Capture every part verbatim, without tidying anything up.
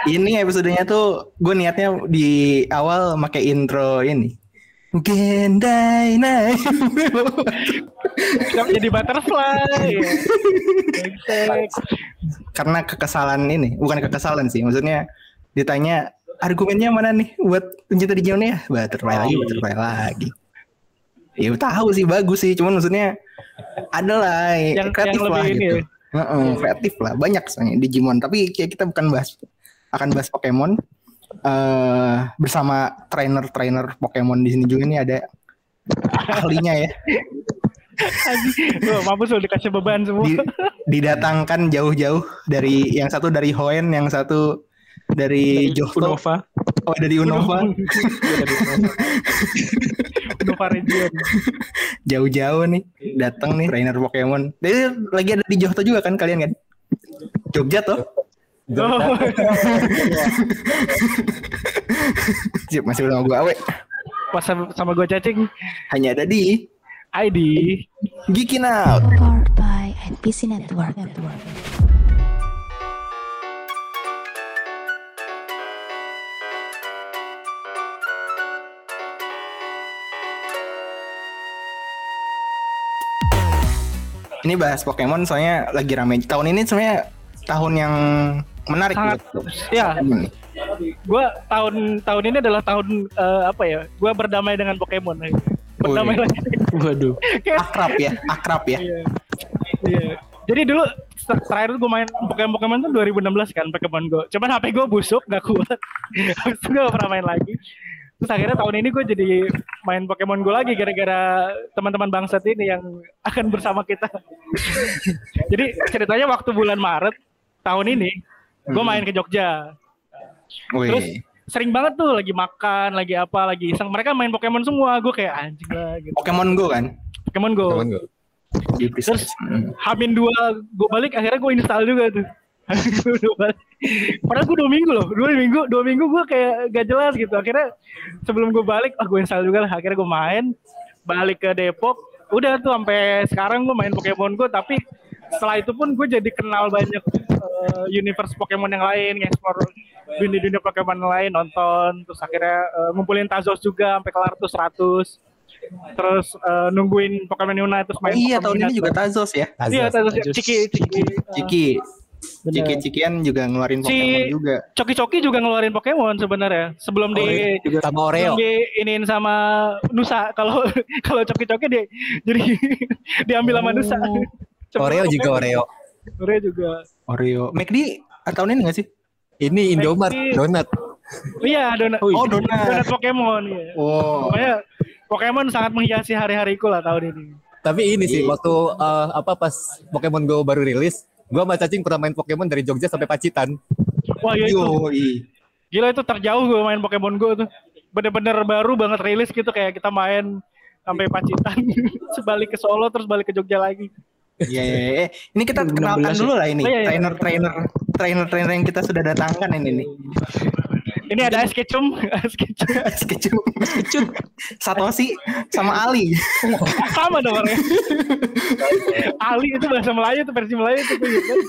Ini episodenya tuh gue niatnya di awal pakai intro ini. Gendai naik. Kenapa jadi butterfly? Karena kekesalan ini, bukan kekesalan sih, maksudnya ditanya argumennya mana nih buat pencinta Digimon ya? Butterfly lagi, butterfly lagi. Ya tahu sih bagus sih, cuman maksudnya adalah yang, kreatif yang lah gitu. Ya? Uh-uh, kreatif lah, banyak soalnya Digimon. Tapi kayak kita bukan bahas, akan bahas Pokemon. Uh, bersama trainer-trainer Pokemon di sini juga nih ada ahlinya ya. Tuh, mampus lo dikasih beban semua. Di, didatangkan jauh-jauh dari yang satu dari Hoenn, yang satu dari, dari Johto. Unova. Oh, dari Unova. Unova region. Jauh-jauh nih datang nih trainer Pokemon. Jadi lagi ada di Johto juga kan kalian kan? Jogja tuh. Oh. Siap, masih bersama gue Awe. Pas sama gue Cacing. Hanya ada di I D Geekin Out. Powered by N P C Network. Ini bahas Pokemon soalnya lagi rame. Tahun ini sebenarnya tahun yang menarik. Sangat, ya. Gue tahun tahun ini adalah tahun uh, apa ya? Gue berdamai dengan Pokemon. Berdamai lagi. Waduh. Akrab ya, akrab ya. Iya. Iya. Jadi dulu terakhir gue main Pokemon Pokemon tuh dua ribu enam belas kan Pokemon Go. Cuman H P gue busuk, gak kuat. Habis itu gue gak pernah main lagi. Terus akhirnya tahun ini gue jadi main Pokemon Go lagi gara-gara teman-teman bangsat ini yang akan bersama kita. Jadi ceritanya waktu bulan Maret tahun ini gue main ke Jogja. Wih. Terus sering banget tuh lagi makan, lagi apa, lagi iseng. Mereka main Pokemon semua. Gue kayak anjing lah gitu. Pokemon Go kan? Pokemon Go. Pokemon Go. Terus Hamin dua gue balik akhirnya gue install juga tuh. Padahal gue dua minggu loh, dua minggu, dua minggu gue kayak gak jelas gitu. Akhirnya sebelum gue balik, ah gue install juga lah. Akhirnya gue main, balik ke Depok. Udah tuh sampai sekarang gue main Pokemon Go. Tapi setelah itu pun gue jadi kenal banyak uh, universe Pokemon yang lain, explore dunia-dunia Pokemon yang lain, nonton. Terus akhirnya uh, ngumpulin Tazos juga sampai kelar tuh seratus. Terus uh, nungguin Pokemon Unite terus main. Oh, iya, Pokemon tahun ini Unite. juga Tazos ya. Tazos, Iya Tazos, Tazos. Ciki, Ciki, Ciki. Bener. Ciki-cikian juga ngeluarin Pokemon si juga. Coki-coki juga ngeluarin Pokemon sebenarnya sebelum Oh, di iya. Sama Oreo. sebelum di iniin sama Nusa. Kalau kalau Coki-coki dia jadi diambil sama Nusa. Oreo juga Oreo. Oreo juga. Oreo. McD tahun ini nggak sih? Ini Indomart Messi. donat. Iya donat. Oh, donat. Donat Pokemon ya. Oh. Pokoknya Pokemon sangat menghiasi hari-hariku lah tahun ini. Tapi ini sih waktu uh, apa pas Pokemon Go baru rilis, gua sama Cacing pernah main Pokemon dari Jogja sampai Pacitan. Wah ya itu. Yoi. Gila itu terjauh gue main Pokemon Go tuh. Bener-bener baru banget rilis gitu kayak kita main sampai Pacitan, sebalik ke Solo terus balik ke Jogja lagi. Iya, iya, iya. Ini kita kenalkan dulu lah ini Oh, iya, iya. trainer-trainer trainer-trainer yang kita sudah datangkan ini nih. Ini ada es kecum, es kecum. Kecut, kecut. Satoshi sama Ali. Sama dong orangnya. Ali itu bahasa Melayu itu versi Melayu itu.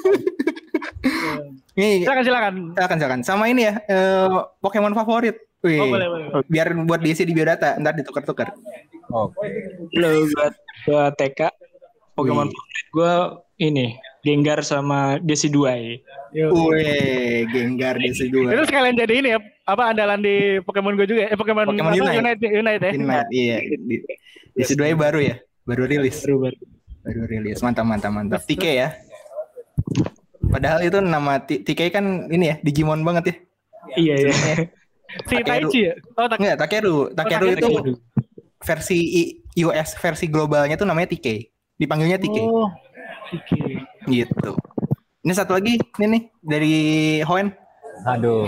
Nih, Silakan silakan. silakan silakan. Sama ini ya, eh, Pokemon favorit. Wih. Oh, boleh, boleh. Biar buat diisi di biodata, ntar ditukar-tukar. Oh. Halo buat buat T K. Pokemon Wih. favorit gue ini Gengar sama Decidueye. Wih, Gengar D C dua. Itu sekalian jadi ini ya, apa andalan di Pokemon Go juga? Eh Pokemon, Pokemon apa? Unite. Unite, Unite ya. Inmat, iya. Di, D C dua baru ya, baru rilis. Baru baru. Baru rilis, mantap mantap mantap. T K ya. Padahal itu nama T- TK kan ini ya, Digimon banget ya. Iya iya. Si Taichi ya? Oh, tak- Enggak, Takeru. Takeru Takeru. itu versi I- U S versi globalnya tuh namanya T K. Dipanggilnya T K. Oh, oke. Gitu. Ini satu lagi, ini nih dari Hoenn. Aduh.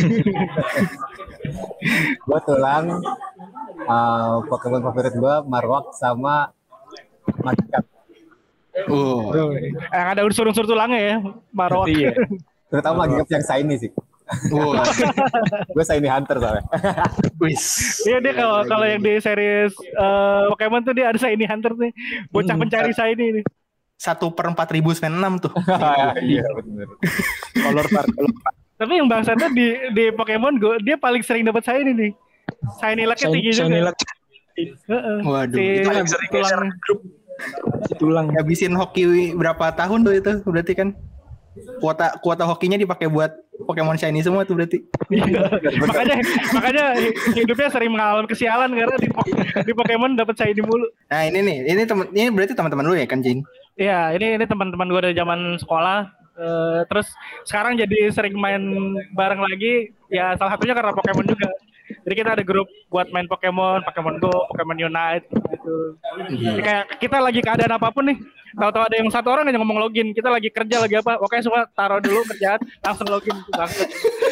Gua tulang uh, Pokemon favorit gua Marowak sama Magikarp. Oh, Yang ada unsur-unsur tulangnya ya, Marowak. Iya. Terutama Magikarp yang shiny sih. wow. Gue shiny hunter soalnya. Wis. Iya dia kalau kalau yang di series uh, Pokemon tuh dia ada Shiny Hunter nih, bocah pencari Shiny nih. Satu per empat ribu sembilan enam tuh. Iya benar. Color Park. Tapi yang bangsatnya di di Pokemon Go dia paling sering dapat shiny nih. Shiny luck-nya Shiny, tinggi juga. shiny luck. Heeh. Waduh, Si itu paling sering tulang. geser grup. Si tulang. Ngabisin hoki berapa tahun tuh itu berarti kan? Kuota kuota hokinya dipakai buat Pokemon shiny semua tuh berarti. Iya. makanya makanya hidupnya sering mengalami kesialan karena di, di Pokemon dapat shiny mulu. Nah, ini nih, ini temen ini berarti teman-teman lu ya kan, Jing? Iya, ini ini teman-teman gue dari zaman sekolah. Uh, terus sekarang jadi sering main bareng lagi. Ya salah satunya karena Pokemon juga. Jadi kita ada grup buat main Pokemon, Pokemon Go, Pokemon Unite gitu. Jadi kayak kita lagi keadaan apapun nih, tahu-tahu ada yang satu orang yang ngomong login, kita lagi kerja lagi apa, oke semua taruh dulu kerjaan, langsung login langsung.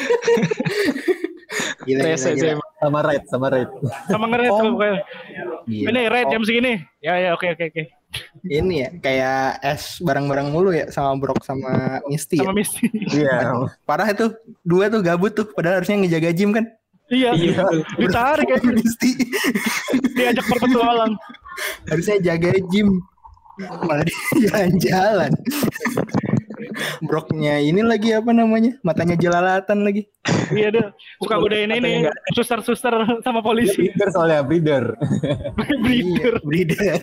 Gila, gila, Rese gila. sih. Sama raid, sama raid. Sama nge-raid Oh. pokoknya. Gila. Ini raid jam segini. Ya ya oke oke oke. Ini ya kayak es bareng-bareng mulu ya sama Brock sama Misty. Sama Ya? Misty. Iya. Parah itu, dua tuh gabut tuh, padahal harusnya ngejaga gym kan. Iya. Iya. Ditarik kayak Misty diajak berpetualang. harusnya jaga gym, malah dia jalan-jalan. Brocknya ini lagi apa namanya, matanya jelalatan lagi. Iya deh. Suka godain ini suster-suster sama polisi. Breeder soalnya, breeder. Breeder. Iya, breeder.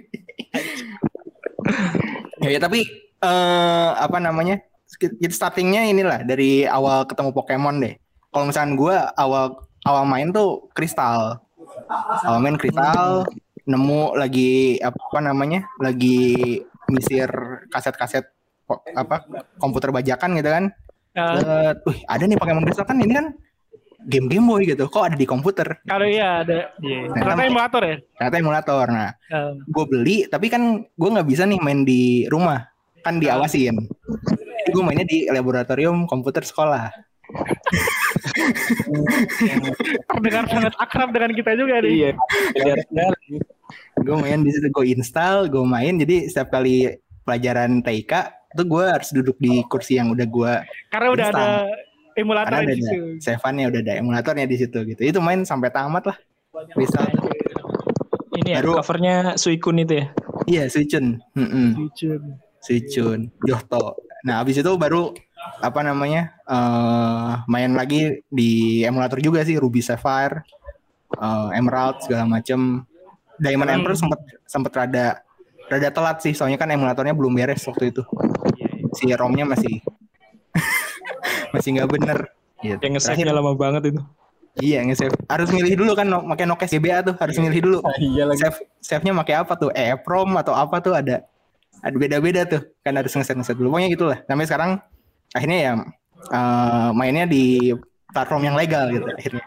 ya, ya tapi eh apa namanya, kita startingnya inilah dari awal ketemu Pokemon deh. Kalau misalkan gue awal awal main tuh Kristal, awal main Kristal, nemu lagi apa namanya, lagi misir kaset-kaset ko- apa komputer bajakan gitu kan. Nah, Set, wih ada nih Pokemon Kristal kan, ini kan game Game Boy gitu, kok ada di komputer? kalau iya ada. Iya. Nah, Ternyata emulator ya. Ternyata emulator. Nah, Nah, gue beli tapi kan gue nggak bisa nih main di rumah, kan diawasin. Jadi gue mainnya di laboratorium komputer sekolah. terdengar sangat akrab dengan kita juga nih. Iya. Belajar sekali. Gue main di situ, gue install, gue main. Jadi setiap kali pelajaran T I K itu gue harus duduk di kursi yang udah gue, Karena udah Instan. ada emulator karena di udah ada situ. save-nya, udah ada emulatornya di situ gitu. Itu main sampai tamat lah. Kristal. Ini ya Baru- covernya Suicune itu ya. Iya, Suicune. Mm-mm. Lucu. Suicune, Johto. Nah, abis itu baru apa namanya, eh main lagi di emulator juga sih, Ruby Sapphire, eh, Emerald segala macem. Diamond Emperor sempat sempat rada rada telat sih, soalnya kan emulatornya belum beres waktu itu. Si ROM-nya masih masih nggak bener. Gitu. Yang nge-save-nya lama banget itu. Iya, nge-save. Harus milih dulu kan, no, pakai Nokia G B A tuh, harus milih dulu. Iya lagi. Save save-nya pakai apa tuh? EEPROM atau apa tuh, ada ada beda-beda tuh. Kan harus nge-save-nge-save dulu. Pokoknya gitulah. Sampai sekarang akhirnya ya eh, mainnya di platform yang legal gitu akhirnya.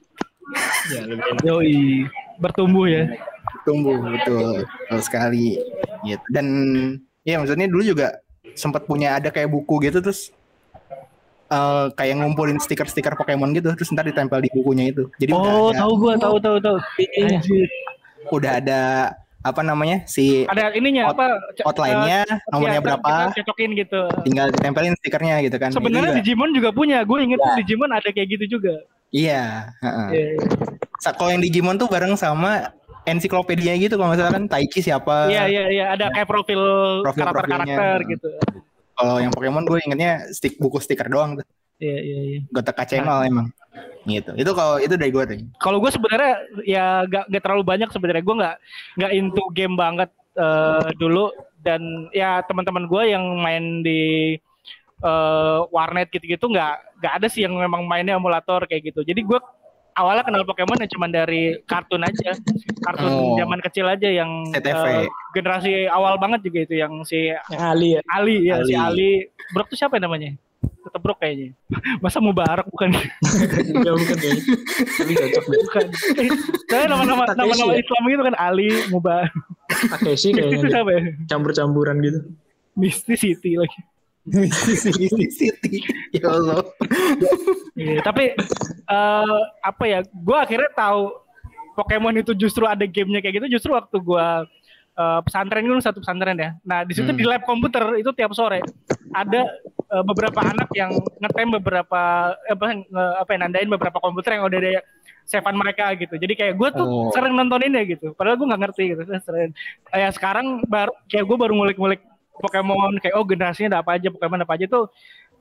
Yoi. Bertumbuh ya. Tumbuh betul, betul sekali gitu. Dan ya maksudnya dulu juga sempat punya ada kayak buku gitu, terus eh, kayak ngumpulin stiker-stiker Pokemon gitu, terus ntar ditempel di bukunya itu. Jadi udah Oh, ada, tahu gua, tahu tahu tahu. Iya. Anjir. udah ada apa namanya si Ada ininya Out- apa? c- outline-nya, eh, nomornya iya, berapa, kita cocokin gitu. tinggal ditempelin stikernya gitu kan. Sebenarnya Itu juga. Digimon juga punya. Gue inget tuh Digimon ada kayak gitu juga. Iya, heeh. Iya, iya. Sa- Kalau yang Digimon tuh bareng sama ensiklopedia gitu, kalau nggak salah kan Taiki siapa. Iya iya iya ada kayak profil Profil-profilnya. karakter-karakter gitu. Kalau yang Pokemon gue ingetnya stick buku stiker doang tuh. Iya iya iya. Goteka channel emang. Gitu. Itu kalau itu dari gue tuh. Kalau gue sebenarnya ya gak, gak terlalu banyak sebenarnya. Gue nggak nggak into game banget eh, dulu, dan ya teman-teman gue yang main di eh, warnet gitu-gitu nggak nggak ada sih yang memang mainnya emulator kayak gitu. Jadi gue awalnya kenal Pokemon ya cuma dari kartun aja, kartun Oh. zaman kecil aja yang C T V. eh, generasi awal banget juga itu, yang si Yang Ali ya. Ali ya, si Ali. Ali. Brok tuh siapa namanya? Tetap Brok kayaknya. Masa Mubarak bukan? Enggak bukan ya. Tapi cocok deh. Bukan. Saya nama-nama Takeshi nama-nama ya? Islam gitu kan, Ali, Mubarak. Takeshi Itu kayaknya. deh. siapa ya? Campur-campuran gitu. Misty City lagi. Mystic City. Ya Allah. Iya, tapi eh, apa ya? Gue akhirnya tahu Pokemon itu justru ada gamenya kayak gitu justru waktu gue eh, pesantren, kan satu pesantren ya. Nah di situ Hmm. di lab komputer itu tiap sore ada eh, beberapa anak yang ngetem beberapa eh, apa, nge- apa ya, nandain beberapa komputer yang udah ada save-an mereka gitu. Jadi kayak gue tuh Oh. sering nontonin ya gitu. Padahal gue nggak ngerti gitu. Sering. Kayak sekarang baru kayak gue baru ngulik-ngulik Pokemon, kayak oh generasinya ada apa aja, Pokemon apa aja tuh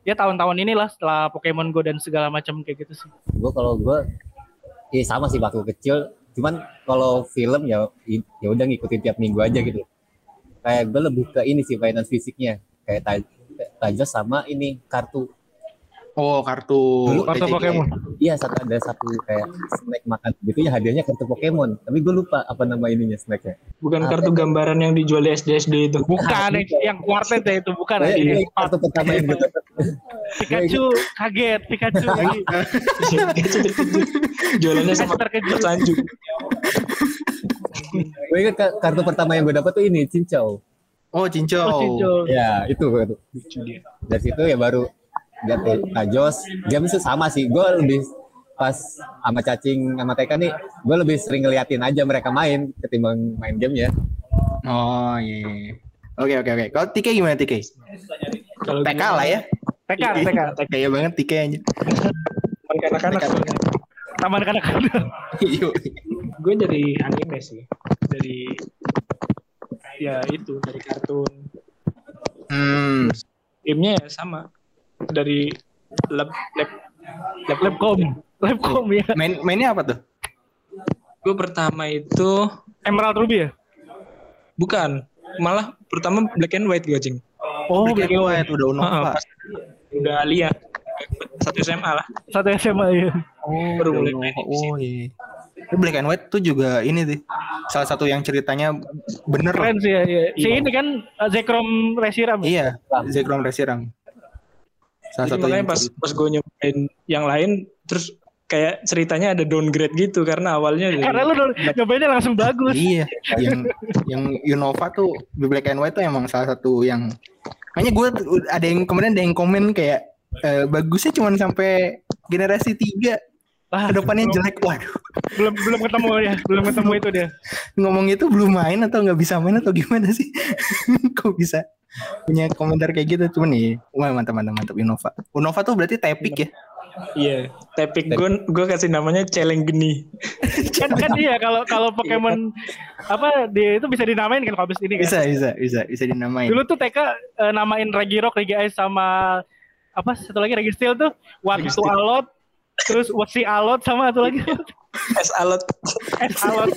ya tahun-tahun inilah setelah Pokemon Go dan segala macam kayak gitu sih. Gue kalau gue, ya sama sih waktu kecil. Cuman kalau film ya, ya udah ngikutin tiap minggu aja gitu. Kayak gue lebih ke ini sih finance fisiknya, kayak Tajos sama ini kartu. Oh, kartu. Dulu Kartu Pokemon. Iya, satu ada satu kayak snack makan gitu ya, hadiahnya kartu Pokemon. Tapi gue lupa apa nama ininya snacknya. Bukan Apa kartu ya? gambaran yang dijual di S D S D itu. Bukan yang, yang kuartet ya itu bukan Kayak aja. ini kartu pertama yang gue dapat. Pikachu kaget, Pikachu. Jualannya sama Terkejut. Sanju. Gue ingat ka- kartu pertama yang gue dapat tuh ini Cincau. Oh, Cincau. Oh, Cincau. Ya itu itu. Dari situ ya baru lihat Tajos. Game itu sama sih. Gue lebih pas sama Cacing sama Teka nih, gue lebih sering ngeliatin aja mereka main ketimbang main game ya. Oh, iya. iya. Oke, oke, oke. Kalau Tike gimana Tike? Kalau T K lah ya. T K, T K. Kayak banget Tike aja. Taman kanak-kanak. Taman kanak-kanak. Iya. Gue dari anime sih. Dari ya itu dari kartun. Hmm. Gamenya ya sama. Dari lab lab lab Labcom. Labcom ya. Main mainnya apa tuh? Gue pertama itu Emerald Ruby ya? bukan, malah pertama black and white gue cing. Oh, Black and White udah Ah, Unova. pas udah Alia satu S M A lah. satu S M A ya. Oh, Baru udah mulai Unova. main di Oh, iya. Tapi Black and White tuh juga ini sih. Salah satu yang ceritanya bener. Keren sih ya. ya. Si Iya. ini kan uh, Zekrom Reshiram. Iya, Zekrom Reshiram. Salah Jadi satu makanya yang pas pas gue nyobain yang lain terus kayak ceritanya ada downgrade gitu karena awalnya dari- Karena lu udah nyobainnya langsung bagus. Iya, yang yang Unova tuh di Black and White tuh emang salah satu yang makanya gue ada yang kemudian ada yang komen kayak eh, bagusnya cuma sampai generasi tiga. Ah, Kedepannya belum- jelek. Waduh, Belum belum ketemu ya, belum ketemu itu dia. ngomong itu belum main atau nggak bisa main atau gimana sih? Kok bisa punya komentar kayak gitu? Cuman nih, wah mantap mantap mantap Unova. Unova tuh berarti Tepik ya? Iya, tapi gue gue kasih namanya celeng geni. Kan kan iya kalau kalau Pokemon apa dia itu bisa dinamain kan kalau habis ini kan. Bisa bisa bisa bisa dinamain. Dulu tuh T K eh, namain Regirock, Regice sama apa satu lagi Registeel tuh waktu Registeel. Alot, terus Wasi Alot sama satu lagi S alot. S Alot.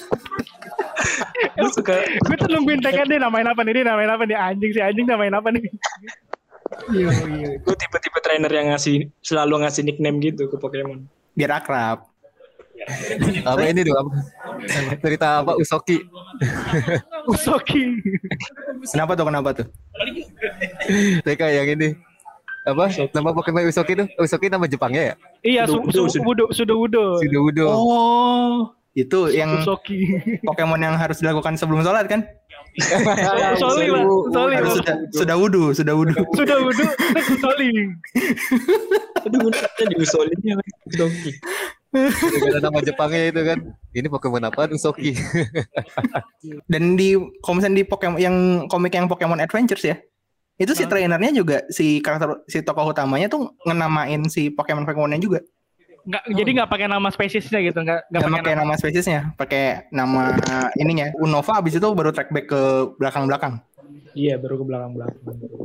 Gue suka Gue tuh nungguin T K dia namain apa nih, dia namain apa nih, anjing si anjing namain apa nih. Iya iya. gue tipe-tipe trainer yang ngasih selalu ngasih nickname gitu ke Pokemon. Biar akrab. Apa ini dong? Cerita apa Usoki? Usoki. Kenapa tuh kenapa tuh? Teka yang ini. Apa? Nama Pokemon Usoki tuh? Usoki nama Jepangnya ya? Iya, su, Sudo, su, sudo. Wudo, Sudo Wudo. Sudowoodo. Oh, itu yang Usoki. Pokemon yang harus dilakukan sebelum sholat kan? Soli lah, Soli. Harus sudah sudah wudu, sudah wudu. Sudah Wudo, terus Soli. Aduh, gue di usolinnya Doki. Gara-gara nama Jepangnya itu kan. Ini Pokemon apaan Usoki? Dan di kalau misalnya di Pokemon yang komik yang Pokemon Adventures ya, itu si trainernya juga si karakter si tokoh utamanya tuh ngenamain si Pokemon Pokemonnya juga. Nggak, jadi nggak pakai nama spesiesnya gitu, nggak nggak Gak pakai pakai nama. nama spesiesnya, pakai nama ininya Unova. Abis itu baru track back ke belakang-belakang. Iya, baru ke belakang-belakang.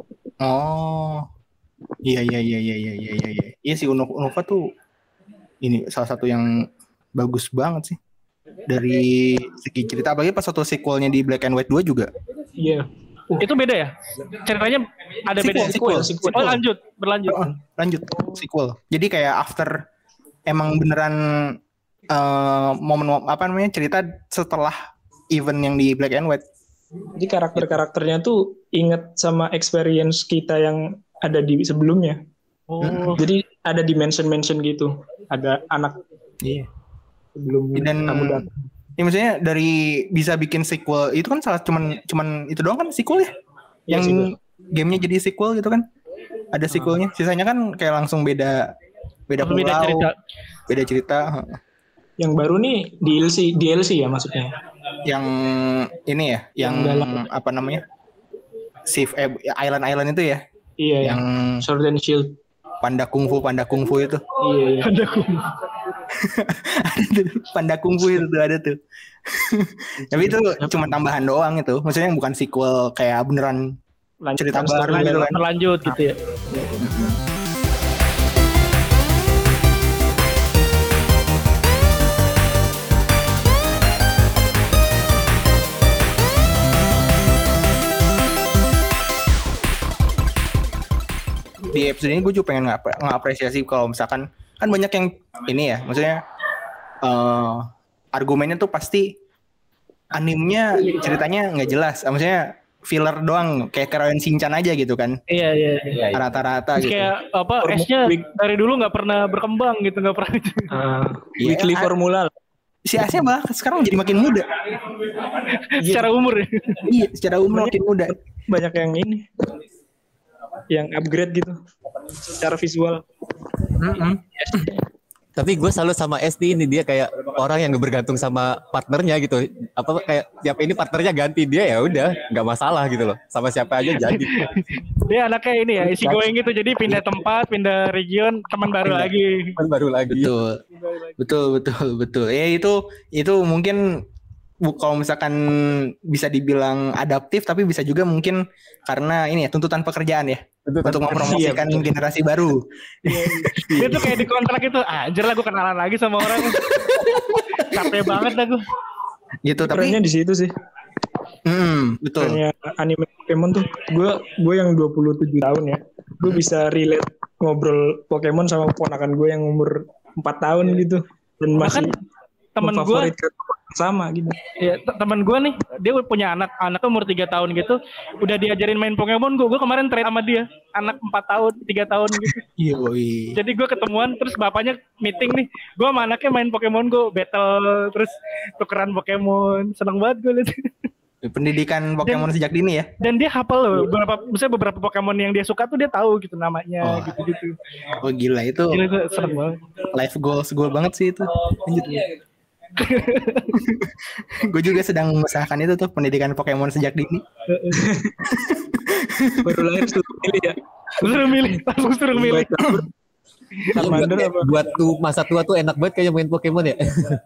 Oh, iya iya iya iya iya iya iya. Iya si Unova, Unova tuh ini salah satu yang bagus banget sih dari segi cerita. Apalagi pas satu sequelnya di Black and White dua juga. Iya. Itu beda ya? Ceritanya ada beda. Sequel, sequel, Oh lanjut, berlanjut. Oh, lanjut sequel. Jadi kayak after emang beneran eh, momen apa namanya cerita setelah event yang di Black and White. Jadi karakter-karakternya tuh inget sama experience kita yang ada di sebelumnya. Oh, Jadi ada di mention-mention gitu. Ada anak Iya. sebelum Dan kamu datang. ya maksudnya dari bisa bikin sequel itu kan salah cuman cuman itu doang kan sequel ya? Iya, Yang sequel. gamenya jadi sequel gitu kan? Ada sequelnya. Sisanya kan kayak langsung beda beda pulau, beda cerita. beda cerita. Yang baru nih D L C, D L C ya maksudnya. Yang ini ya, yang, Yang dalam. apa namanya? Save eh, Island Island itu ya, Iya, yang yang Sword and Shield. panda kungfu panda kungfu itu. Iya, iya. Ada kum. Ada tuh, panda kungfu itu tuh ada tuh. Tapi itu cuma tambahan doang itu. Maksudnya bukan sequel kayak beneran Lanjutan cerita baru story gitu level. kan. Berlanjut gitu ya. di episode ini gue juga pengen ngap- ngapresiasi kalau misalkan kan banyak yang ini ya, maksudnya uh, argumennya tuh pasti animenya ceritanya nggak jelas, maksudnya filler doang kayak Karawan Shinchan aja gitu kan. Iya iya. iya. Rata-rata gitu. Kayak apa S-nya dari dulu nggak pernah berkembang gitu, nggak pernah. Uh, weekly yeah, formula. Si Asnya malah sekarang jadi makin muda. Secara umur ya. Iya, secara umur makin muda. Banyak yang ini, yang upgrade gitu, secara visual. Mm-hmm. Tapi gue selalu sama S D ini, dia kayak orang yang bergantung sama partnernya gitu. Apa kayak tiap ini partnernya ganti dia, ya udah nggak masalah gitu loh. Sama siapa aja jadi. Dia anaknya ini ya, isi going gitu. Jadi pindah tempat, pindah region, teman baru pindah, lagi. Teman baru lagi. Betul, betul, betul, betul. Ya itu itu mungkin kalau misalkan bisa dibilang adaptif, tapi bisa juga mungkin karena ini ya tuntutan pekerjaan ya. Tuntutan untuk mempromosikan iya, generasi baru. Dia tuh kayak di kontrak itu, anjir lah gue kenalan lagi sama orang. Capek banget lah gue. Gitu, tapi perannya di situ sih. Hmm, betul. Perannya anime Pokemon tuh, gue gue yang dua puluh tujuh tahun ya, gue bisa relate ngobrol Pokemon sama ponakan gue yang umur empat tahun gitu, dan masih temen gue sama gitu. Ya, teman gue nih, dia punya anak, anaknya umur tiga tahun gitu, udah diajarin main Pokemon. Gue, gue kemarin trade sama dia, anak empat tahun, tiga tahun gitu. Iya, boy. Jadi gue ketemuan, terus bapaknya meeting nih, gue sama anaknya main Pokemon Go, battle, terus tukeran Pokemon, seneng banget gue liat. Pendidikan Pokemon dan, sejak dini ya. Dan dia hafal loh, beberapa, misalnya beberapa Pokemon yang dia suka tuh dia tahu gitu namanya, oh. gitu-gitu. Oh gila itu. Gila itu seneng banget. Life goals goal banget sih itu. Lanjut. Gue juga sedang mengusahakan itu tuh, pendidikan Pokemon sejak dini. Baru lahir suruh milih ya. Suruh milih, langsung suruh milih. Charmander ya, buat, buat tuh masa tua tuh enak banget kayak main Pokemon ya.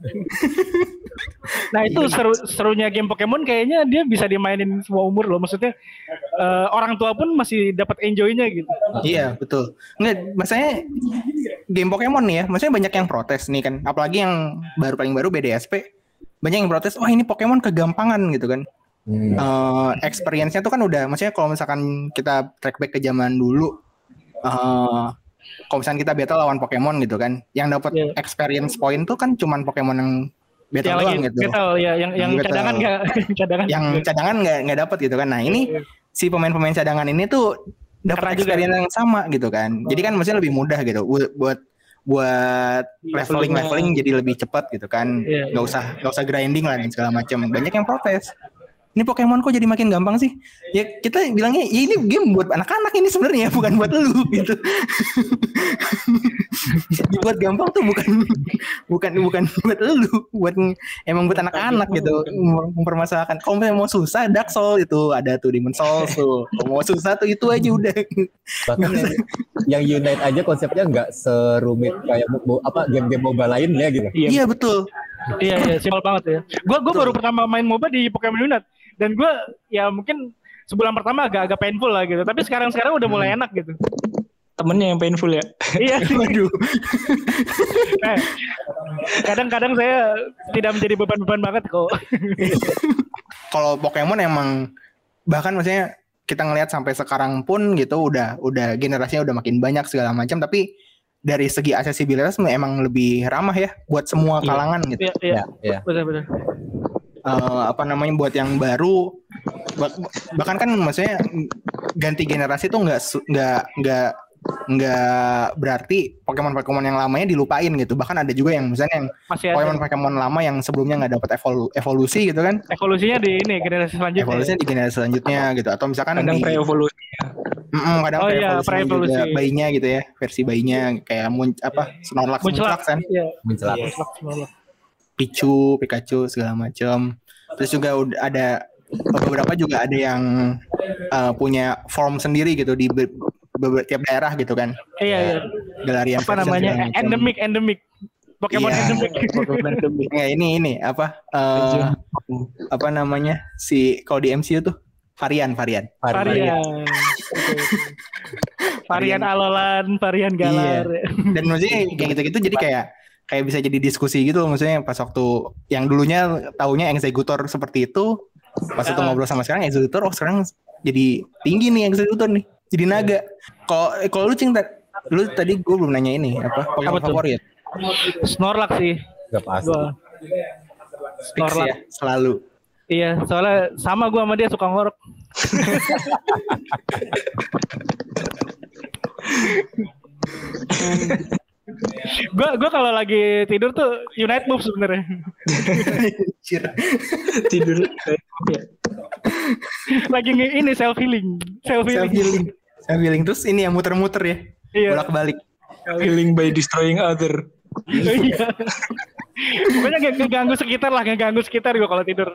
Nah itu seru, serunya game Pokemon, kayaknya dia bisa dimainin semua umur loh. Maksudnya uh, orang tua pun masih dapat enjoy-nya gitu. Iya betul. Nggak, maksudnya game Pokemon nih ya, maksudnya banyak yang protes nih kan. Apalagi yang baru paling baru B D S P, banyak yang protes. Wah ini Pokemon kegampangan gitu kan. Hmm. Uh, experience-nya tuh kan udah, maksudnya kalau misalkan kita track back ke zaman dulu, uh, kalau misalkan kita battle lawan Pokemon gitu kan, yang dapat yeah. experience point tuh kan cuman Pokemon yang battle doang gitu. Battle ya, yang yang battle. cadangan nggak, cadangan. Yang cadangan nggak nggak dapat gitu kan. Nah ini yeah. si pemain-pemain cadangan ini tuh dapat experience juga yang sama gitu kan. Oh. Jadi kan maksudnya lebih mudah gitu buat buat leveling leveling jadi lebih cepat gitu kan. Yeah, nggak yeah. usah nggak usah grinding lah dan segala macam. Banyak yang protes. Ini Pokemon kok jadi makin gampang sih? Ya kita bilangnya ya ini game buat anak-anak ini sebenarnya, bukan buat lu gitu. Dibuat gampang tuh bukan bukan bukan buat lu, buat emang buat anak-anak gitu. Mempermasalahkan. Kalau mau susah Dark Souls itu ada tuh, Demon Souls tuh. Kalau mau susah tuh itu aja udah. Bahkan yang, yang Unite aja konsepnya nggak serumit kayak apa game-game mobile lain ya gitu. Iya, iya betul. Iya iya simpel banget ya. Gue gue baru pertama main MOBA di Pokemon Unite dan gue ya mungkin sebulan pertama agak-agak painful lah gitu. Tapi sekarang-sekarang udah mulai enak gitu. Temennya yang painful ya. Iya. Waduh. eh, kadang-kadang saya tidak menjadi beban-beban banget kok. Kalau Pokemon emang bahkan maksudnya kita ngelihat sampai sekarang pun gitu udah udah generasinya udah makin banyak segala macam, tapi dari segi aksesibilitas emang lebih ramah ya buat semua kalangan iya. gitu. Iya, iya. Ya, benar-benar. Uh, apa namanya buat yang baru bah- bahkan kan maksudnya ganti generasi tuh nggak nggak nggak nggak berarti Pokemon-Pokemon yang lamanya dilupain gitu. Bahkan ada juga yang misalnya yang Pokemon-Pokemon lama yang sebelumnya nggak dapat evolu- evolusi gitu kan. Evolusinya di ini generasi selanjutnya. Evolusinya di generasi selanjutnya gitu. Atau misalkan kadang di pre-evolusi. Mm-mm, kadang oh, pre-evolusi, iya, pre-evolusi juga bayinya gitu ya. Versi bayinya kayak mun- apa Snorlax, Munchlax kan. Iya. Munchlax. Munchlax. Pichu, Pikachu segala macam. Terus juga udah ada beberapa juga ada yang uh, punya form sendiri gitu di be- be- tiap daerah gitu kan. Iya iya. Galarian apa namanya? Endemic, endemic. Pokemon iya. endemic. endemic. Ya ini ini apa? Uh, apa namanya? Si kalau di M C U tuh varian varian. Varian. Varian Alolan, varian Galar. Iya. Dan maksudnya kayak gitu-gitu jadi kayak kayak bisa jadi diskusi gitu loh, maksudnya pas waktu yang dulunya taunya Exeggutor seperti itu, pas itu ngobrol sama sekarang Exeggutor, oh sekarang jadi tinggi nih Exeggutor nih. Jadi naga. Kalau eh, kalau lu Cing, lu tadi gue belum nanya ini apa Pokemon Apa tuh? favorit? Snorlax sih. Gak pasti. Gua. Fix Snorlax. ya, selalu. Iya, soalnya sama gua sama dia suka ngorok. gua gua kalau lagi tidur tuh Unite Move sebenarnya. Anjir. Tidur ya. Lagi nge- ini self healing, self Self healing. healing. Self healing terus ini yang muter-muter ya. Iya. Bolak-balik. Healing by destroying other. Iya. Pokoknya nggak ngeganggu sekitar lah, ngeganggu sekitar gua kalau tidur.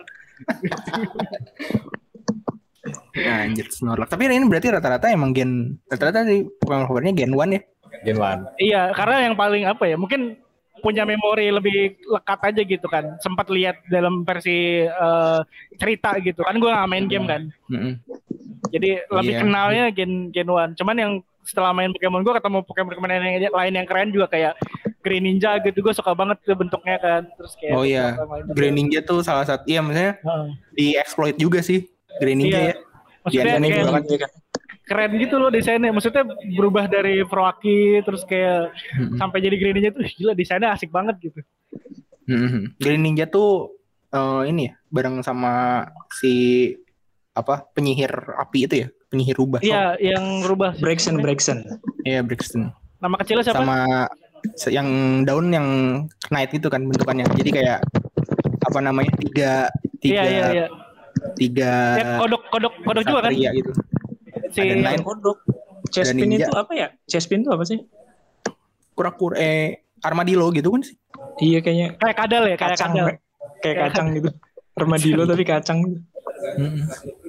Nah, anjir Snorlax. Tapi ini berarti rata-rata emang gen rata-rata di Pokemon favoritnya gen satu ya. Gen one. Iya, karena yang paling apa ya, mungkin punya memori lebih lekat aja gitu kan. Sempat lihat dalam versi uh, cerita gitu kan, gue nggak main game kan. Mm-hmm. Jadi lebih Iya. kenalnya gen gen one. Cuman yang setelah main Pokemon gue ketemu Pokemon yang lain yang keren juga kayak Green Ninja gitu, gue suka banget tuh bentuknya kan. Terus kayak Oh iya, Green Ninja tuh salah satu, iya maksudnya Heeh. di-exploit juga sih Green Ninja Iya. ya. Maksudnya Diantaranya kayak juga kan. keren gitu loh desainnya. Maksudnya berubah dari Froaki terus kayak Mm-mm. sampai jadi Green Ninja tuh gila, desainnya asik banget gitu. Mm-mm. Green Ninja tuh eh, ini ya, bareng sama si apa penyihir api itu ya, penyihir rubah. Iya, yang rubah. Braixen, Braixen. Iya, Brixton. Nama kecilnya siapa? Sama se- yang daun yang knight itu kan bentukannya. Jadi kayak apa namanya? Tiga tiga Iya, iya, iya. tiga Ya, kodok, kodok, kodok juga kan? satria gitu. Si Ada nine. Kodok. Chespin ninja. itu apa ya? Chespin itu apa sih? Kura-kura eh armadillo gitu kan sih. Iya kayaknya kayak kadal ya, kayak kacang. kadal. Kayak kacang gitu. Armadillo tapi kacang gitu. Mm-mm.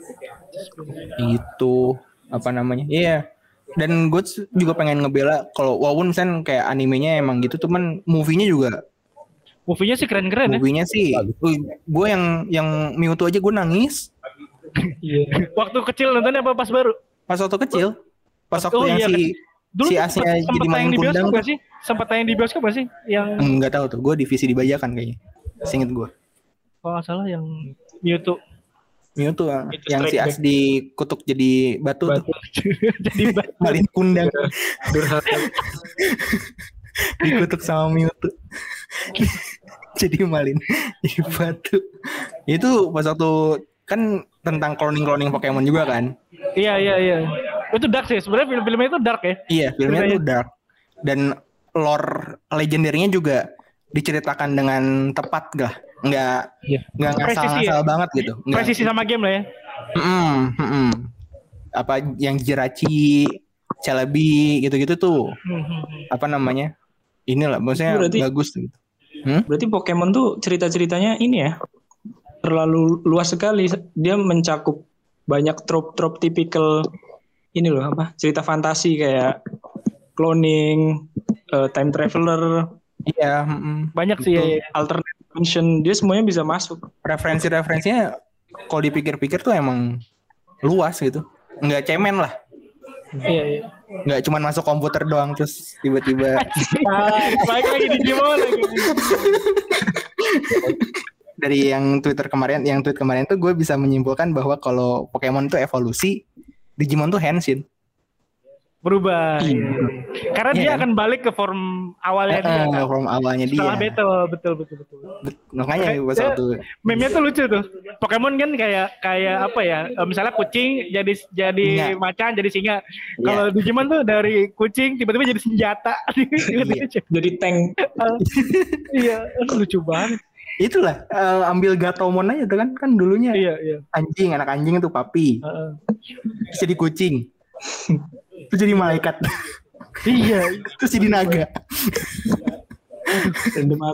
Itu apa namanya? Iya. Dan gue juga pengen ngebela kalau walaupun misalnya kayak animenya emang gitu, cuman movie-nya juga. Movie-nya sih keren-keren ya. Movie-nya sih, gue yang yang Mewtwo aja gue nangis Iya. Waktu kecil nontonnya apa pas baru? pas waktu kecil, pas waktu Oh, yang iya, si Dulu si tuh Asnya sempet- jadi sempet main tayang di kundang bioskop tuh. gak sih? Sempat tayang di bioskop gak sih? Yang Nggak tahu tuh, gue divisi dibajakan kayaknya. Seinget gue. kalau nggak salah yang Mewtwo. Mewtwo ah, Itu yang si strike As dikutuk jadi batu, Batu. tuh. Jadi ba- Malin kundang Durhaka. dikutuk sama Mewtwo. Jadi malin jadi batu. Itu pas waktu kan tentang cloning-cloning Pokemon juga kan. Iya, iya, iya. Itu dark sih. Sebenarnya film-filmnya itu dark ya. Iya, filmnya Ceritanya. tuh dark. Dan lore legendernya juga diceritakan dengan tepat gak? Nggak, Iya. nggak ngasal-ngasal ya. banget gitu. Nggak. Presisi sama game lah ya. Mm-mm, mm-mm. Apa yang Jirachi, Celebi gitu-gitu tuh. Hmm, hmm, hmm. Apa namanya? Inilah, maksudnya Berarti- bagus gitu. Hmm? Berarti Pokemon tuh cerita-ceritanya ini ya terlalu luas sekali. Dia mencakup banyak trop-trop tipikal ini loh apa cerita fantasi kayak cloning, eh, time traveler, Iya, mm-mm. Banyak sih ya. ya. alternate dimension. Dia semuanya bisa masuk. Referensi-referensinya kalau dipikir-pikir tuh emang luas gitu. Nggak cemen lah. Iya, iya. Nggak cuma masuk komputer doang terus tiba-tiba Baik lagi di Digimon lagi. dari yang Twitter kemarin, yang tweet kemarin tuh gue bisa menyimpulkan bahwa kalau Pokemon tuh evolusi, Digimon tuh Henshin. Berubah. Iya. Iya. Karena Iya dia kan? akan balik ke form awalnya dia. Eh, from awalnya dia. Setelah battle, betul betul betul. Bet- Makanya Kayak pas dia- waktu Meme-nya tuh lucu tuh. Pokemon kan kayak kayak apa ya? eh, Misalnya kucing jadi jadi Singa. macan jadi singa. Iya. Kalau Digimon tuh dari kucing tiba-tiba jadi senjata. Iya. Jadi tank. Iya, aduh, lucu banget. itulah eh, ambil Gatomon aja tuh kan kan dulunya Iya, iya. anjing, anak anjing itu papi, Heeh. terus jadi kucing, terus jadi malaikat, Iya. terus jadi naga. Random up.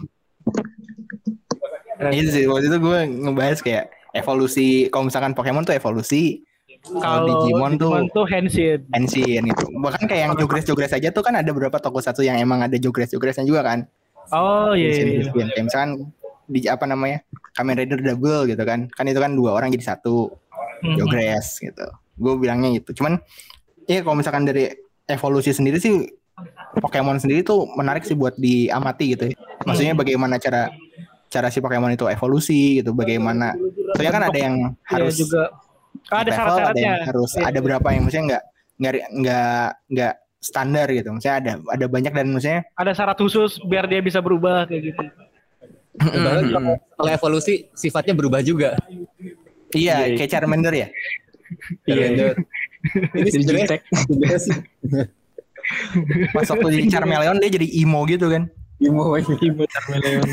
Itu sih waktu itu gue ngebahas kayak evolusi. Kalau misalkan Pokemon tuh evolusi, kalau Digimon, tuh tuh Henshin. Henshin itu. Bahkan kayak yang jogres-jogres aja tuh kan ada beberapa tokusatsu yang emang ada jogres-jogresnya juga kan. Oh iya. Henshin, iya. Henshin. Kayak misalkan di apa namanya Kamen Rider Double gitu kan. Kan itu kan dua orang jadi satu Mhm. jogres gitu. Gue bilangnya gitu. Cuman ya kalau misalkan dari evolusi sendiri sih Pokemon sendiri tuh menarik sih buat diamati gitu ya. Maksudnya bagaimana cara cara si Pokemon itu evolusi gitu, bagaimana. Soalnya kan ada yang Iya harus juga. Ah, ada level, ada syarat-syaratnya. yang harus Iya. ada berapa yang maksudnya nggak nggak nggak nggak standar gitu. Maksudnya ada ada banyak dan maksudnya Ada syarat khusus biar dia bisa berubah kayak gitu. Bahkan kalau kalau evolusi sifatnya berubah juga. iya kayak Charmander ya. Iya. Ini Jadi sebenarnya jutek. sebenarnya sih Pas waktu di Charmeleon dia jadi emo gitu kan. imo aja. Ibu Charmeleon.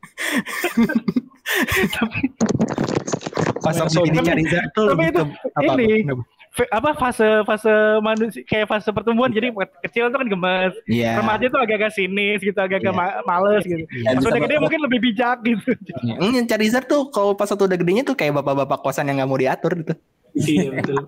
Pas waktu jadi Charizard tuh Tapi lebih itu ke apa? ini Kenapa? fe- apa fase fase manusia kayak fase pertumbuhan, jadi kecil tuh kan gemes, Iya. remaja tuh agak-agak sinis gitu, agak-agak Iya. ma- males gitu. Iya. Pas udah gede mungkin lebih bijak gitu. Enggak, Charizard tuh kalau pas waktu udah gedenya tuh kayak bapak-bapak kosan yang nggak mau diatur gitu. Iya betul.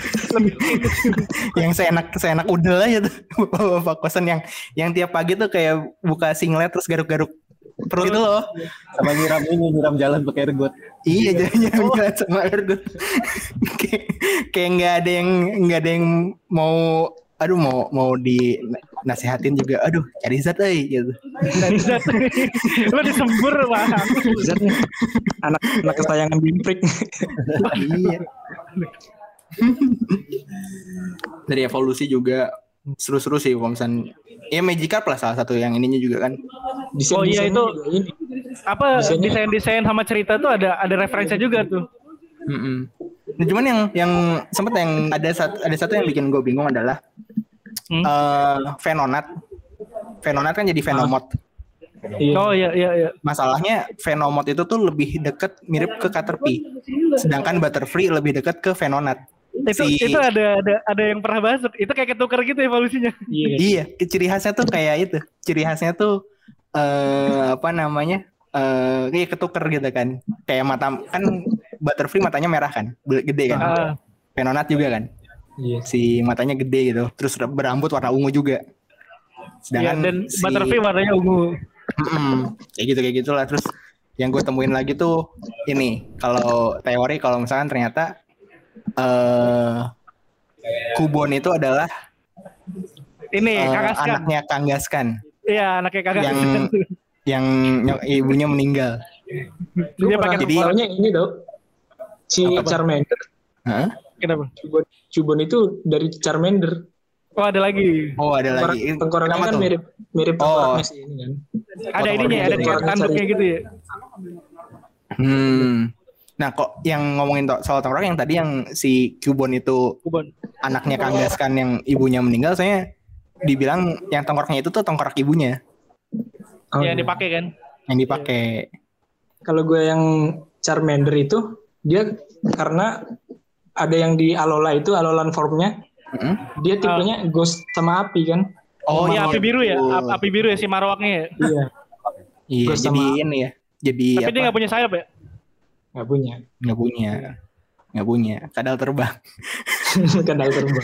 Yang seenak seenak udel aja tuh bapak-bapak kosan yang yang tiap pagi tuh kayak buka singlet terus garuk-garuk perut itu loh. Sama nyiram ini nyiram jalan pakai ergot. Iya jadinya jalan sama ergot. kayak kayak nggak ada yang nggak ada yang mau aduh mau mau dinasihatin juga. Aduh Charizard euy gitu. Charizard. Lu disembur mah. Charizard nih. Anak anak kesayangan Bimprik. Iya. Dari evolusi juga seru-seru sih kalau misalnya ya Magikarp lah salah satu yang ininya juga kan. Desain- Oh iya desainnya itu juga ini. apa Desainnya- desain-desain sama cerita tuh ada ada referensinya juga tuh. Mm-mm. Nah, cuman yang yang sempat yang ada satu ada satu yang bikin gue bingung adalah Hmm? eh Venonat. Venonat kan jadi Venomot. Iya. Oh iya iya iya. Masalahnya Venomot itu tuh lebih deket mirip ke Caterpie. Sedangkan Butterfree lebih deket ke Venonat. Itu Si- itu ada ada ada yang pernah bahas. Itu kayak ketuker gitu evolusinya. Iya. Iya, ciri khasnya tuh kayak itu. Ciri khasnya tuh eh apa namanya? Eh kayak ketuker gitu kan. Kayak mata kan Butterfree matanya merah kan, gede kan. Ah. Venonat juga kan. Iya. Si matanya gede gitu. Terus berambut warna ungu juga. Iya, Sedangkan dan si- Butterfree warnanya ungu. Mm-mm. kayak gitu kayak gitulah. Terus yang gue temuin lagi tuh ini kalau teori kalau misalkan ternyata eh Cubone itu adalah Ini eh, Kangaskhan. anaknya Kangaskhan Iya, anaknya Kangaskhan. yang yang ny- ibunya meninggal. Dia pakai Jadi- Soalnya ini dong. Si Apa? Charmander. Hah? kenapa? Cubone, Cubone itu dari Charmander. Oh, ada lagi. Oh ada Tengkorak- lagi. Tengkoraknya Kenapa kan tuh? mirip mirip Oh. tengkoraknya sih ini kan. Ada ininya ya, ada Tengkoraknya kayak cari- tanduknya gitu ya. Hmm. Nah kok yang ngomongin to- soal tengkorak yang tadi yang si Cubone itu Kubon. anaknya Kangaskhan yang ibunya meninggal, saya dibilang yang tengkoraknya itu tuh tengkorak ibunya Oh, Yang iya. dipakai kan. yang dipakai. Kalau gue yang Charmander itu dia karena ada yang di Alola itu Alolan formnya Mm-mm. dia tipenya ghost sama api kan. Oh, iya api biru ya, gitu. Ap- api biru ya si Marowaknya ya. Iya. Iya, Ghost jadi sama- ini ya. Jadi Tapi dia apa? nggak punya sayap ya. Nggak punya. Nggak punya. Nggak punya. Kadal terbang. Kadal terbang.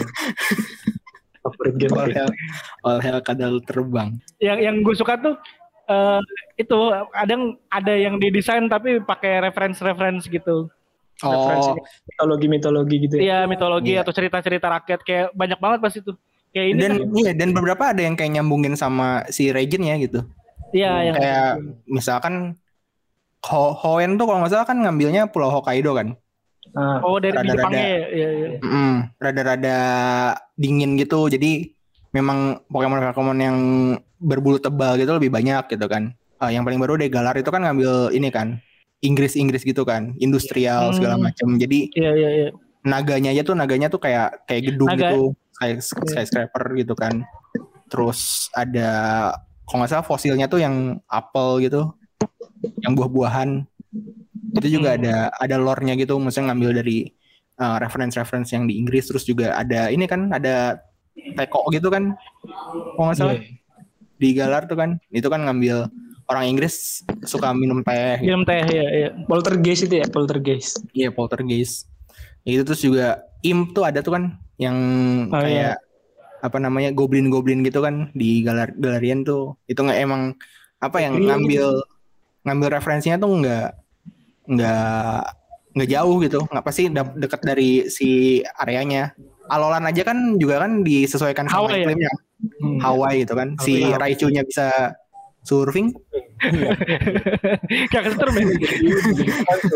Favorit game. All hell, all hell kadal terbang. Yang yang gue suka tuh eh itu kadang ada yang didesain tapi pakai reference-reference gitu. Oh, Referensinya mitologi-mitologi gitu ya. Iya, mitologi Iya. atau cerita-cerita rakyat kayak banyak banget pas itu. Kayak ini dan kan. iya dan beberapa ada yang kayak nyambungin sama si Regen ya gitu. Iya, yang Kayak misalkan Ho Hoenn tuh kalau nggak salah kan ngambilnya Pulau Hokkaido kan. Nah, oh dari rada-rada- Jepangnya ya. Iya, iya. Mm-mm, rada-rada dingin gitu. Jadi memang Pokemon-Pokemon yang berbulu tebal gitu lebih banyak gitu kan. Ah, yang paling baru deh Galar itu kan ngambil ini kan Inggris-Inggris gitu kan, industrial Hmm. segala macam. Jadi Iya, iya, iya. naganya aja tuh naganya tuh kayak kayak gedung Naga. gitu, kayak skyscraper gitu kan. Terus ada kalau nggak salah fosilnya tuh yang apel gitu, yang buah-buahan. Itu juga Hmm. ada ada lore-nya gitu, maksudnya ngambil dari uh, reference-reference yang di Inggris. Terus juga ada ini kan ada teko gitu kan, kalau nggak salah iya. di Galar tuh kan, itu kan ngambil orang Inggris suka minum teh. Gitu. Minum teh ya, iya. Poltergeist itu ya, Poltergeist. Iya poltergeist. Ya, itu terus juga Imp tuh ada tuh kan yang Oh, kayak apa namanya goblin-goblin gitu kan di Galar Galarian tuh. Itu nggak emang apa yang Iya. ngambil ngambil referensinya tuh nggak nggak nggak jauh gitu. Nggak pasti de- deket dari si areanya. Alolan aja kan juga kan disesuaikan sama Hawaii ya? iklimnya. Hmm. Hawaii gitu kan. Si Hawaii. Raichu-nya bisa surfing. Kayak keseter men.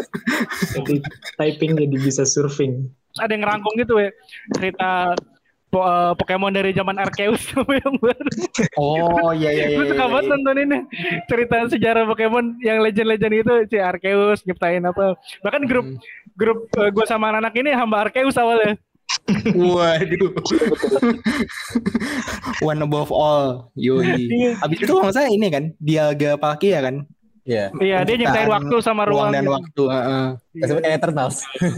Jadi typing jadi bisa surfing. Ada yang ngerangkum gitu ya cerita po- eh, Pokemon dari zaman Arceus sama yang baru. Oh iya iya iya. Gue suka iya, banget iya. nonton ini cerita sejarah Pokemon yang legend-legend itu, si Arceus nyiptain apa. Bahkan grup Hmm. grup gue sama anak-anak ini hamba Arceus awalnya. Waduh. One above all. Yoi. Iya. Abis itu kalau nggak salah ini kan Dialga Palkia kan. Iya. Iya, dia nyiptain Penciptaan waktu sama ruang, Ruang dan gitu. waktu. heeh. Kasih kayak Eternals.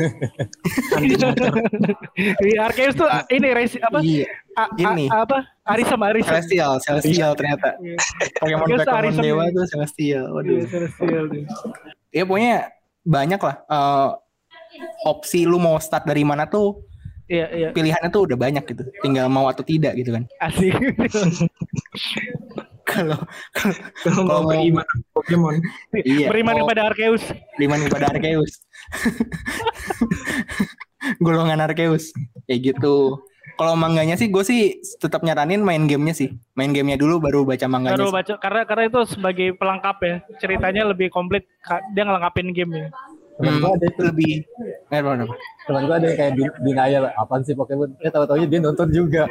Iya, Arceus tuh ah, ini resi apa? Iya. A- a- Ini. apa? Arisem, Arisem. Celestial, Celestial ternyata. Iya. Pokemon Arceus tuh Pokemon Arisem Dewa ya. tuh Celestial. Iya, Waduh. Celestial dia. Ya pokoknya banyak lah. eh, opsi lu mau start dari mana tuh Iya, iya. pilihannya tuh udah banyak gitu. Tinggal mau atau tidak gitu kan. Asik. Kalau Kalau mau Kalau- beriman sama Pokemon. iya, Beriman mau kepada Arceus. beriman kepada Arceus. Golongan Arceus. Kayak gitu. Kalau manganya sih gue sih tetap nyaranin main gamenya sih. Main gamenya dulu baru baca manganya. Baru sih. baca karena karena itu sebagai pelengkap ya. Ceritanya lebih komplit, ka- dia ngelengkapin game ya. Temen Hmm, gua ada itu lebih eh, apa, apa? teman gue ada yang kayak din- denial, apaan sih Pokemon? Ya tahu-tahunya dia nonton juga.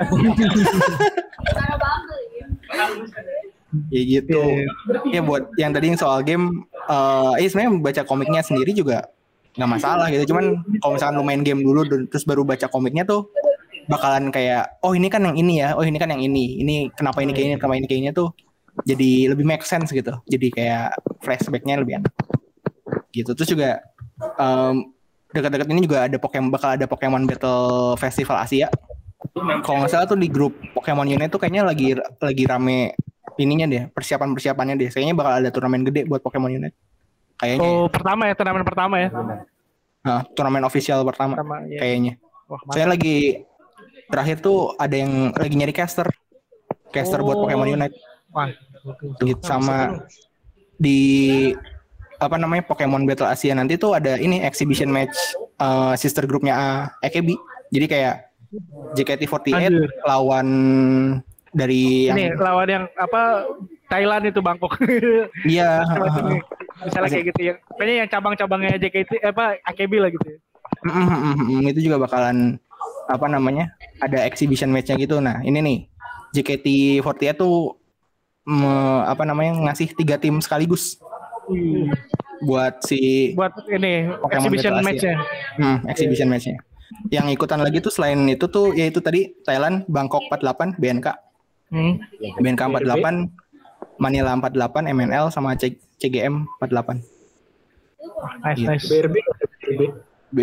Ya gitu. Ya buat yang tadi yang soal game eh eh sebenarnya baca komiknya sendiri juga nggak masalah gitu. Cuman kalau misalkan lu main game dulu dan terus baru baca komiknya tuh bakalan kayak oh ini kan yang ini ya, oh ini kan yang ini. Ini kenapa ini kayak ini, kenapa ini kayak ini tuh jadi lebih make sense gitu. Jadi kayak flashbacknya lebih enak. Gitu. Terus juga em, dekat-dekat ini juga ada Pokemon, bakal ada Pokemon Battle Festival Asia. Kalau nggak salah tuh di grup Pokemon Unite tuh kayaknya lagi lagi rame ininya deh, persiapan-persiapannya deh. Kayaknya bakal ada turnamen gede buat Pokemon Unite. Kayaknya. Oh, pertama ya, turnamen pertama ya. Nah, turnamen official pertama Pertama ya. kayaknya. Wah, Saya lagi terakhir tuh ada yang lagi nyari caster. Caster buat Oh. Pokemon Unite. Wah, Gitu sama di apa namanya Pokemon Battle Asia nanti tuh ada ini exhibition match eh, sister grupnya A K B. Jadi kayak J K T empat delapan Aduh. lawan dari ini yang lawan yang apa Thailand itu Bangkok. iya Macam nih. Misalnya kayak gitu ya. Kayaknya yang cabang-cabangnya J K T eh, apa A K B lah gitu ya. Mm, mm, mm, mm, itu juga bakalan apa namanya ada exhibition matchnya gitu. Nah ini nih J K T empat delapan tuh me- apa namanya ngasih tiga tim sekaligus buat si Buat ini Pokemon exhibition Battle match-nya. hmm, exhibition matchnya. Yang ikutan lagi tuh selain itu tuh yaitu tadi Thailand Bangkok empat puluh delapan B N K, Hmm. B N K empat puluh delapan, Manila empat puluh delapan, M N L sama C- CGM empat puluh delapan. Nice, Iya. nice. B R B. B R B. B.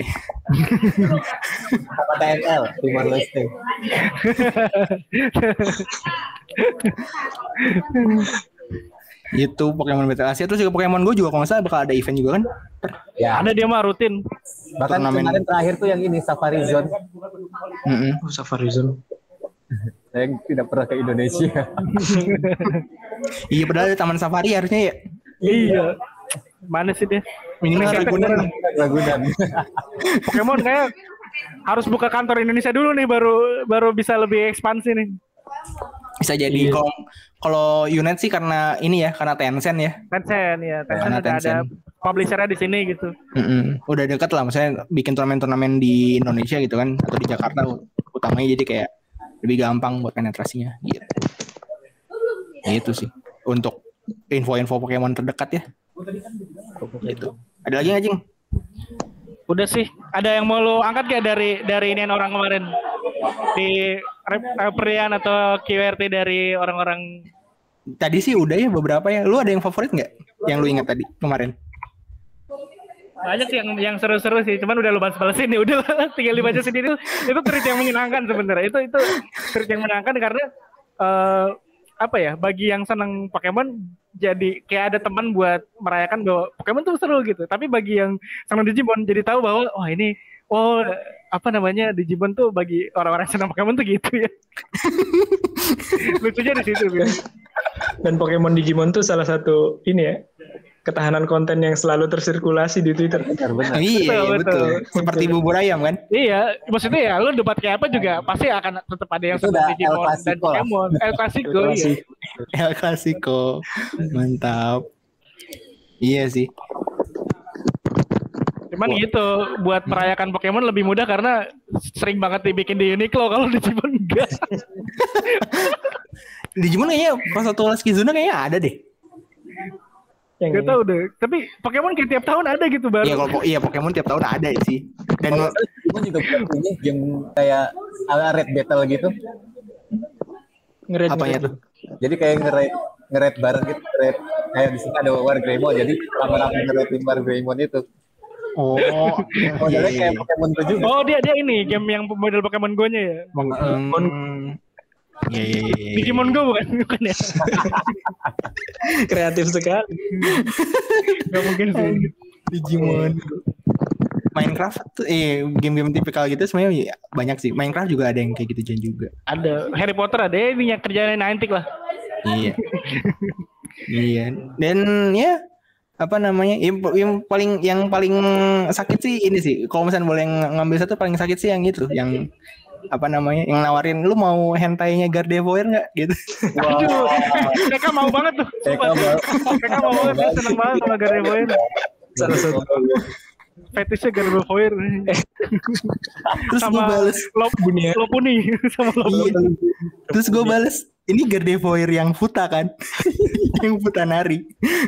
Sama T N L, Timor Leste. Itu Pokemon Battle Asia. Terus juga Pokemon Go juga kalau nggak salah bakal ada event juga kan? Ya, Ada dia mah rutin. bahkan turnamen. kemarin terakhir tuh yang ini Safari Zone. Mm-mm. Oh, Safari Zone. Saya tidak pernah ke Indonesia. Iya padahal ada Taman Safari harusnya ya. Iya. Mana sih dia? Minimal Indonesia Ragunan. kedengeran. Ragunan. Pokemon kayak harus buka kantor Indonesia dulu nih baru baru bisa lebih ekspansi nih. Bisa jadi Iya. kalau kalau Unite sih karena ini ya karena Tencent ya. Tencent ya, Tencent Karena udah ada Tencent. publishernya di sini gitu. Mm-mm. Udah dekat lah, maksudnya bikin turnamen-turnamen di Indonesia gitu kan atau di Jakarta utamanya jadi kayak lebih gampang buat penetrasinya gitu. Ya, itu sih untuk info-info Pokemon terdekat ya. Gitu. Ada lagi nggak Jing? Udah sih. Ada yang mau lu angkat gak dari dari ini orang kemarin di Reprian atau Q R T dari orang-orang? Tadi sih udah ya beberapa ya. Lu ada yang favorit nggak? Yang lu ingat tadi kemarin? Banyak sih yang yang seru-seru sih, cuman udah lu balas-balasin ya udah lah, tinggal dibaca sendiri. Itu tweet yang menyenangkan sebenarnya. Itu itu tweet yang menyenangkan karena eh, apa ya? Bagi yang senang Pokemon jadi kayak ada teman buat merayakan bahwa Pokemon tuh seru gitu. Tapi bagi yang senang Digimon jadi tahu bahwa wah ini oh apa namanya Digimon tuh bagi orang-orang yang senang Pokemon tuh gitu ya. Lucunya di situ. Ya. Dan Pokemon Digimon tuh salah satu ini ya ketahanan konten yang selalu tersirkulasi di Twitter. Benar-benar. Iya Betul, betul, betul. Seperti bubur ayam kan? Iya, maksudnya ya lu debat kayak apa juga pasti akan tetap ada yang Itu senang udah El Digimon dan Clasico lah. Pokemon. El Clasico iya. El Clasico. Mantap. Iya sih. Cuman gitu, buat merayakan Pokemon lebih mudah karena sering banget dibikin di Uniqlo, kalau Digimon enggak. Digimon kayaknya pas satu Last Kizuna kayaknya ada deh. Gak tau deh. Tapi Pokemon kayak tiap tahun ada gitu baru. Iya kalau iya Pokemon tiap tahun ada sih. Dan Digimon juga punya game kayak ala Red Battle gitu. Ngered apanya tuh? Jadi kayak nge-raid nge-raid bareng gitu, nge-raid kayak di sini ada War Greymon, jadi rame-rame nge-raidin War Greymon itu. Oh, Modelnya kayak Pokemon Go juga. Oh, dia dia ini game yang model Pokemon Go-nya ya. Hmm. Iya iya iya. Digimon Go bukan bukan ya? Kreatif sekali. Gak mungkin sih. Digimon. Minecraft tuh eh game-game tipikal gitu sebenarnya banyak sih. Minecraft juga ada yang kayak gitu juga. Ada Harry Potter ada ya, ini yang kerjaan Niantic lah. Iya. Iya. Dan ya apa namanya? Yang, yang paling yang paling sakit sih ini sih. Kalau misalnya boleh ngambil satu paling sakit sih yang itu, yang apa namanya? Yang nawarin lu mau hentainya Gardevoir enggak gitu. Wow. Aduh, mereka mau banget tuh. Mereka mau, mereka mau banget, seneng banget sama Gardevoir. Salah satu Fetishnya Gardevoir. Terus gue bales Lop Bunia, Lopuni sama Lopuni. Iya. Terus gue bales, ini Gardevoir yang Futa kan? Yang Futa nari.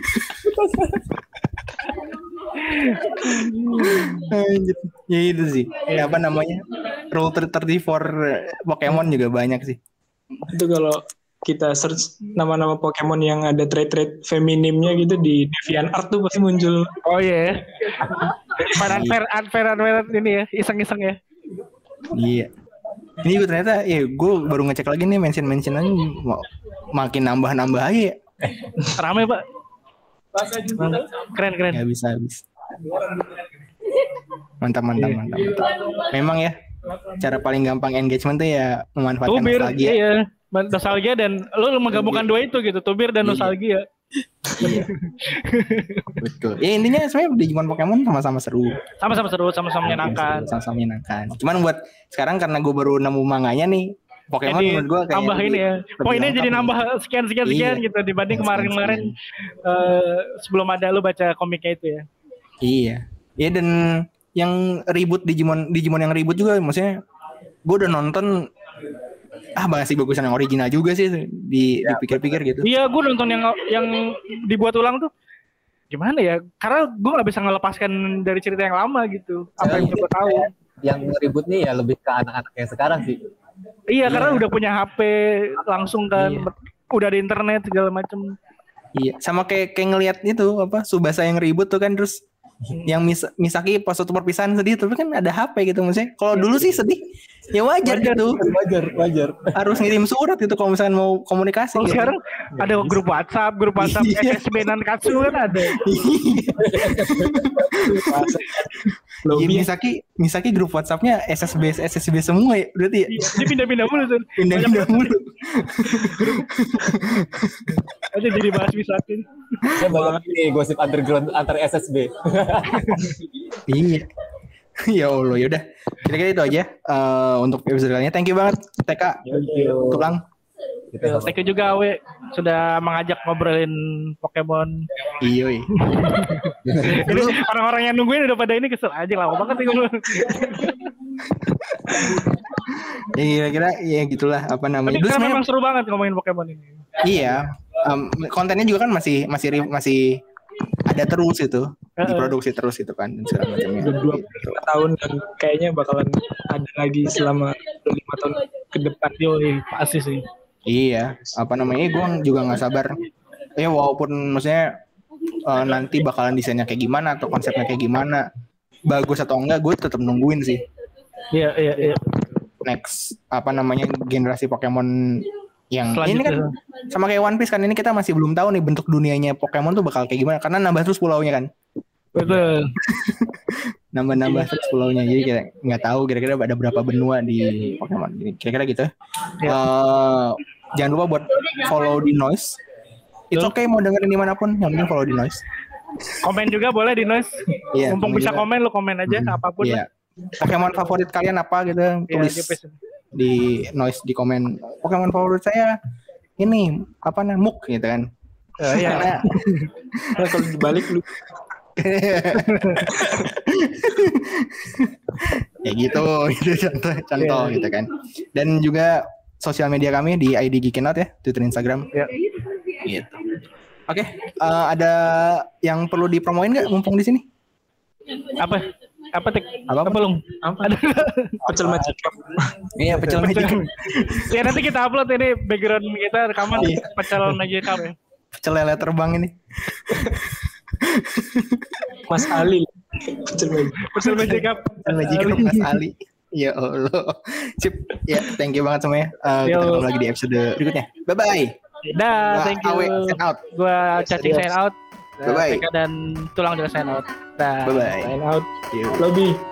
Anjir. Ya itu sih. Ya, apa namanya? Rule tiga puluh empat Pokemon juga banyak sih. itu kalau kita search nama-nama Pokemon yang ada trait-trait feminimnya gitu di DeviantArt tuh pasti muncul. Oh iya. Fair fair fair fair ini ya, iseng-iseng ya. Iya. Ini gue ternyata ya gue baru ngecek lagi nih mention-mentionan makin nambah-nambah aja. Rame, Pak. Keren keren. Gak bisa habis. Mantap mantap mantap. mantap. Memang ya cara paling gampang engagement tuh ya memanfaatkan Tubir, nostalgia. iya. Nostalgia dan lu menggabungkan dua itu gitu, Tubir dan nostalgia. Iya. Betul. Ya intinya sebenarnya Digimon Pokemon sama-sama seru. Sama-sama seru, sama-sama menyenangkan. Sama-sama menyenangkan. Cuman buat sekarang karena gue baru nemu manganya nih, Pokemon Jadi menurut gue kayak tambah ini ya. Poinnya jadi nambah sekian sekian sekian Iya. gitu dibanding Sekian, kemarin-kemarin eh, sebelum ada lu baca komiknya itu ya. Iya. Iya dan yang ribut Digimon Digimon yang ribut juga maksudnya gue udah nonton ah masih bagusan yang original juga sih di Ya, dipikir-pikir gitu. Iya, gue nonton yang yang dibuat ulang tuh gimana ya? Karena gue nggak bisa ngelepaskan dari cerita yang lama gitu. Apa yang gue tahu? yang ribut nih ya lebih ke anak-anak yang sekarang sih. Iya, karena udah punya H P langsung kan, Iya. udah di internet segala macem. Iya, sama kayak kayak ngelihat itu apa Tsubasa yang ribut tuh kan terus yang Mis Misaki pas waktu perpisahan sedih tapi kan ada H P gitu maksudnya. Kalau dulu sih sedih ya wajar, Wajar. gitu. Wajar, wajar. Harus ngirim surat gitu kalau misalnya mau komunikasi. Kalau gitu. sekarang ada grup WhatsApp, grup WhatsApp Iya. S S B Nankatsu kan ada. Iya, Misaki Misaki grup WhatsApp-nya S S B S S B semua ya berarti ya. Iya, dia pindah-pindah mulu tuh. Pindah-pindah mulu. Aja jadi bahas Misaki. Saya banyak ini gosip underground antar S S B. Iya. Ya Allah, ya udah. Kira-kira itu aja eh, untuk episode kali ini. Thank you banget T K. Tulang. Gitu. Thank you juga Awe sudah mengajak ngobrolin Pokemon. Iya. Ini orang-orang yang nungguin udah pada ini kesel aja lama banget nih gue. Ya kira-kira ya gitulah apa namanya. Tapi Dulu karena sebenarnya- memang seru banget ngomongin Pokemon ini. Iya. em, kontennya juga kan masih masih masih ada terus itu, diproduksi terus itu kan dan segala macamnya. Udah dua puluh lima tahun dan kayaknya bakalan ada lagi selama dua puluh lima tahun ke depan. Yoi, pasti sih. Iya, apa namanya? Gue juga nggak sabar. Ya walaupun maksudnya eh, nanti bakalan desainnya kayak gimana atau konsepnya kayak gimana, bagus atau enggak, gue tetap nungguin sih. Iya, iya, iya. Next apa namanya generasi Pokemon yang ini kan Selanjutnya. sama kayak One Piece kan ini kita masih belum tahu nih bentuk dunianya Pokemon tuh bakal kayak gimana karena nambah terus pulaunya kan. Betul. Nambah-nambah terus pulaunya jadi kita nggak tahu kira-kira ada berapa benua di Pokemon jadi kira-kira gitu. Ya. Eh, jangan lupa buat follow di Noise. It's okay mau dengerin dimanapun yang penting follow di Noise. Komen juga boleh di Noise. Iya, Mumpung komen bisa juga. komen lu komen aja apapun. Iya. Pokemon favorit kalian apa gitu Iya, tulis di page. di Noise di komen. Pokemon favorit saya ini apa namanya Muk gitu kan. Eh, Iya. Karena Nah, kalau dibalik lu Ya gitu, itu contoh, contoh Iya. gitu kan. Dan juga sosial media kami di I D Geekin Out ya, Twitter, Instagram. Ya. Gitu. Oke, eh, ada yang perlu dipromoin nggak mumpung di sini? Apa? Apa tik? Apa? Apa belum? Apa? Pecel Magic Cup. Iya, pecel magic. Ya nanti kita upload ini background kita rekaman Iya. pecel Magic Cup ya. Pecel lele terbang ini. Mas Ali. Pecel Magic. Pecel Magic Cup. Pecel magic itu Mas Ali. Ya Allah. Sip. Ya, thank you banget semuanya. Eh, kita Yo. ketemu lagi di episode berikutnya. Bye bye. Dah, thank you. Awe sign out. Gua cacing sign out. Bye-bye. Dan tulang juga sign out. Dah. Bye bye. Sign out. Yo. Lobby.